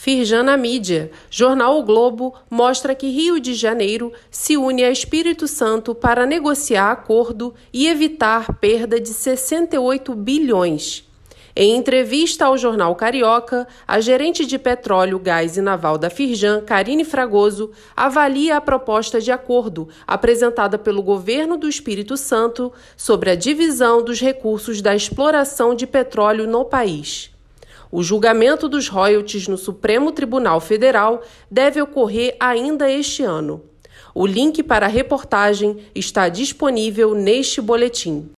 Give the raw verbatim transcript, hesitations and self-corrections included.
Firjan na mídia. Jornal O Globo mostra que Rio de Janeiro se une a Espírito Santo para negociar acordo e evitar perda de sessenta e oito bilhões. Em entrevista ao jornal Carioca, a gerente de petróleo, gás e naval da Firjan, Karine Fragoso, avalia a proposta de acordo apresentada pelo governo do Espírito Santo sobre a divisão dos recursos da exploração de petróleo no país. O julgamento dos royalties no Supremo Tribunal Federal deve ocorrer ainda este ano. O link para a reportagem está disponível neste boletim.